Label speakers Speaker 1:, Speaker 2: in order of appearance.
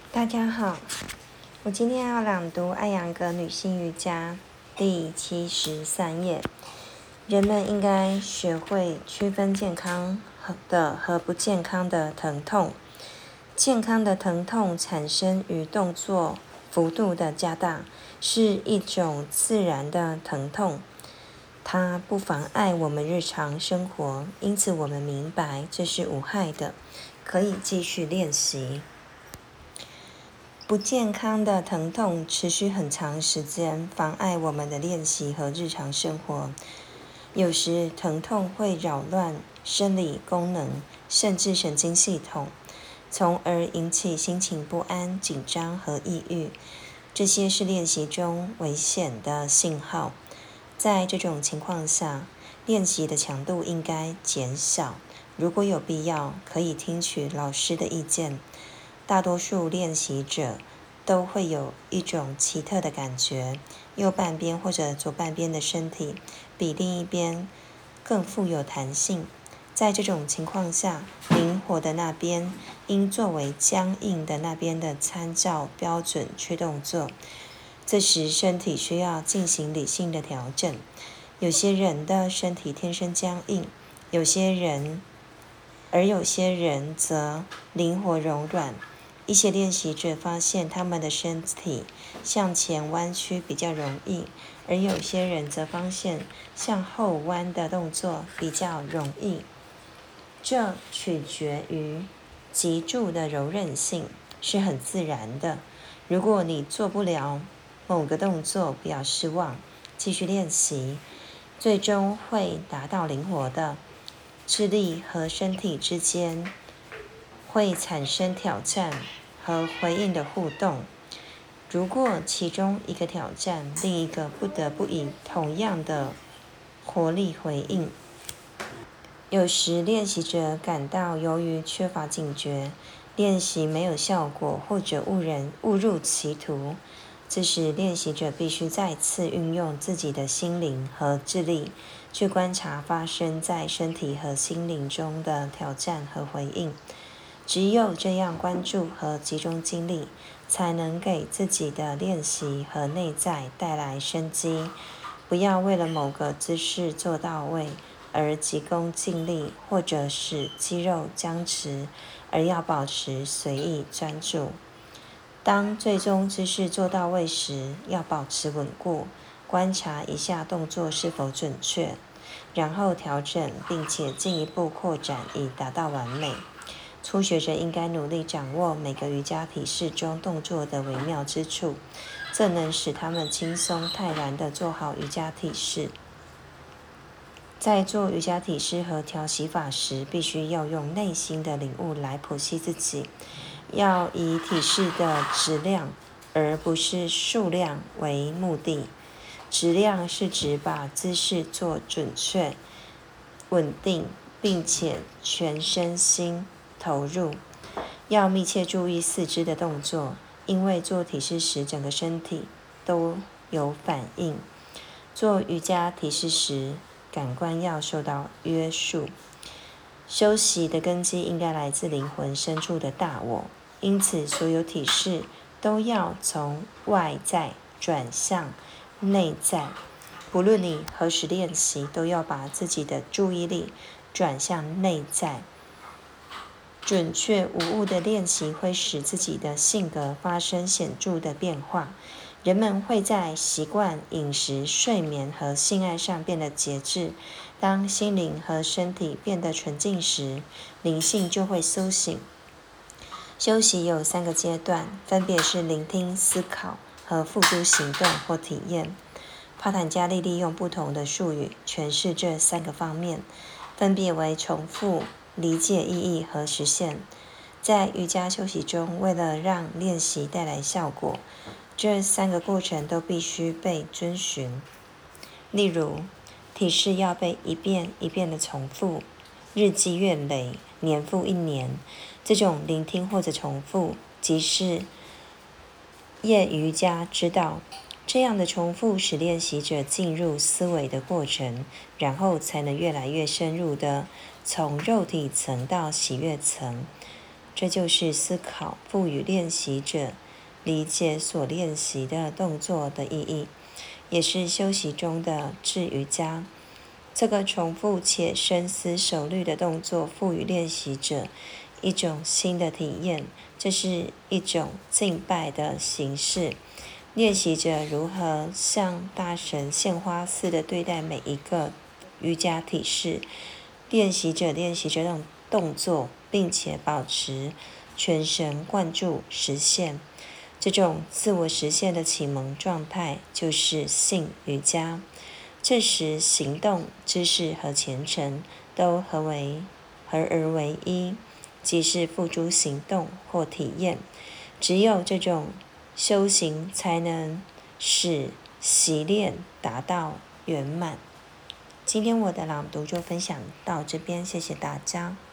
Speaker 1: 大家好，我今天要朗读艾扬格女性瑜伽第73页。人们应该学会区分健康的和不健康的疼痛。健康的疼痛产生于动作幅度的加大，是一种自然的疼痛，它不妨碍我们日常生活，因此我们明白这是无害的，可以继续练习。不健康的疼痛持续很长时间，妨碍我们的练习和日常生活。有时疼痛会扰乱生理功能，甚至神经系统，从而引起心情不安、紧张和抑郁。这些是练习中危险的信号。在这种情况下，练习的强度应该减小。如果有必要，可以听取老师的意见。大多数练习者都会有一种奇特的感觉，右半边或者左半边的身体比另一边更富有弹性。在这种情况下，灵活的那边应作为僵硬的那边的参照标准去动作。这时身体需要进行理性的调整。有些人的身体天生僵硬，有些人则灵活柔软。一些练习者发现他们的身体向前弯曲比较容易，而有些人则发现向后弯的动作比较容易。这取决于脊柱的柔韧性，是很自然的。如果你做不了某个动作，不要失望，继续练习，最终会达到灵活的。智力和身体之间会产生挑战和回应的互动。如果其中一个挑战，另一个不得不以同样的活力回应。有时练习者感到由于缺乏警觉，练习没有效果，或者误入歧途。这时练习者必须再次运用自己的心灵和智力，去观察发生在身体和心灵中的挑战和回应。只有这样关注和集中精力，才能给自己的练习和内在带来生机。不要为了某个姿势做到位而急功近利，或者使肌肉僵持，而要保持随意专注。当最终姿势做到位时，要保持稳固，观察一下动作是否准确，然后调整并且进一步扩展以达到完美。初学者应该努力掌握每个瑜伽体式中动作的微妙之处，这能使他们轻松泰然地做好瑜伽体式。在做瑜伽体式和调息法时，必须要用内心的领悟来剖析自己，要以体式的质量而不是数量为目的。质量是指把姿势做准确、稳定，并且全身心投入。要密切注意四肢的动作，因为做体式时整个身体都有反应。做瑜伽体式时，感官要受到约束。休息的根基应该来自灵魂深处的大我，因此所有体式都要从外在转向内在。不论你何时练习，都要把自己的注意力转向内在。准确无误的练习会使自己的性格发生显著的变化。人们会在习惯、饮食、睡眠和性爱上变得节制。当心灵和身体变得纯净时，灵性就会苏醒。休息有3个阶段，分别是聆听、思考和付诸行动或体验。帕坦加利利用不同的术语诠释这3个方面，分别为重复、理解意义和实现。在瑜伽休息中，为了让练习带来效果，这3个过程都必须被遵循。例如，体式要被一遍一遍的重复，日积月累，年复一年。这种聆听或者重复，即是业瑜伽之道。这样的重复使练习者进入思维的过程，然后才能越来越深入地从肉体层到喜悦层。 这就是思考赋予练习者理解所练习的动作的意义，也是修习中的智瑜伽。这个重复且深思熟虑的动作赋予练习者一种新的体验，这是一种敬拜的形式。练习者如何像大神献花似的对待每一个瑜伽体式，练习者这种动作，并且保持全神贯注实现。这种自我实现的启蒙状态就是性瑜伽。这时行动、知识和虔诚都合而为一，即是付诸行动或体验。只有这种修行才能使习练达到圆满。今天我的朗读就分享到这边，谢谢大家。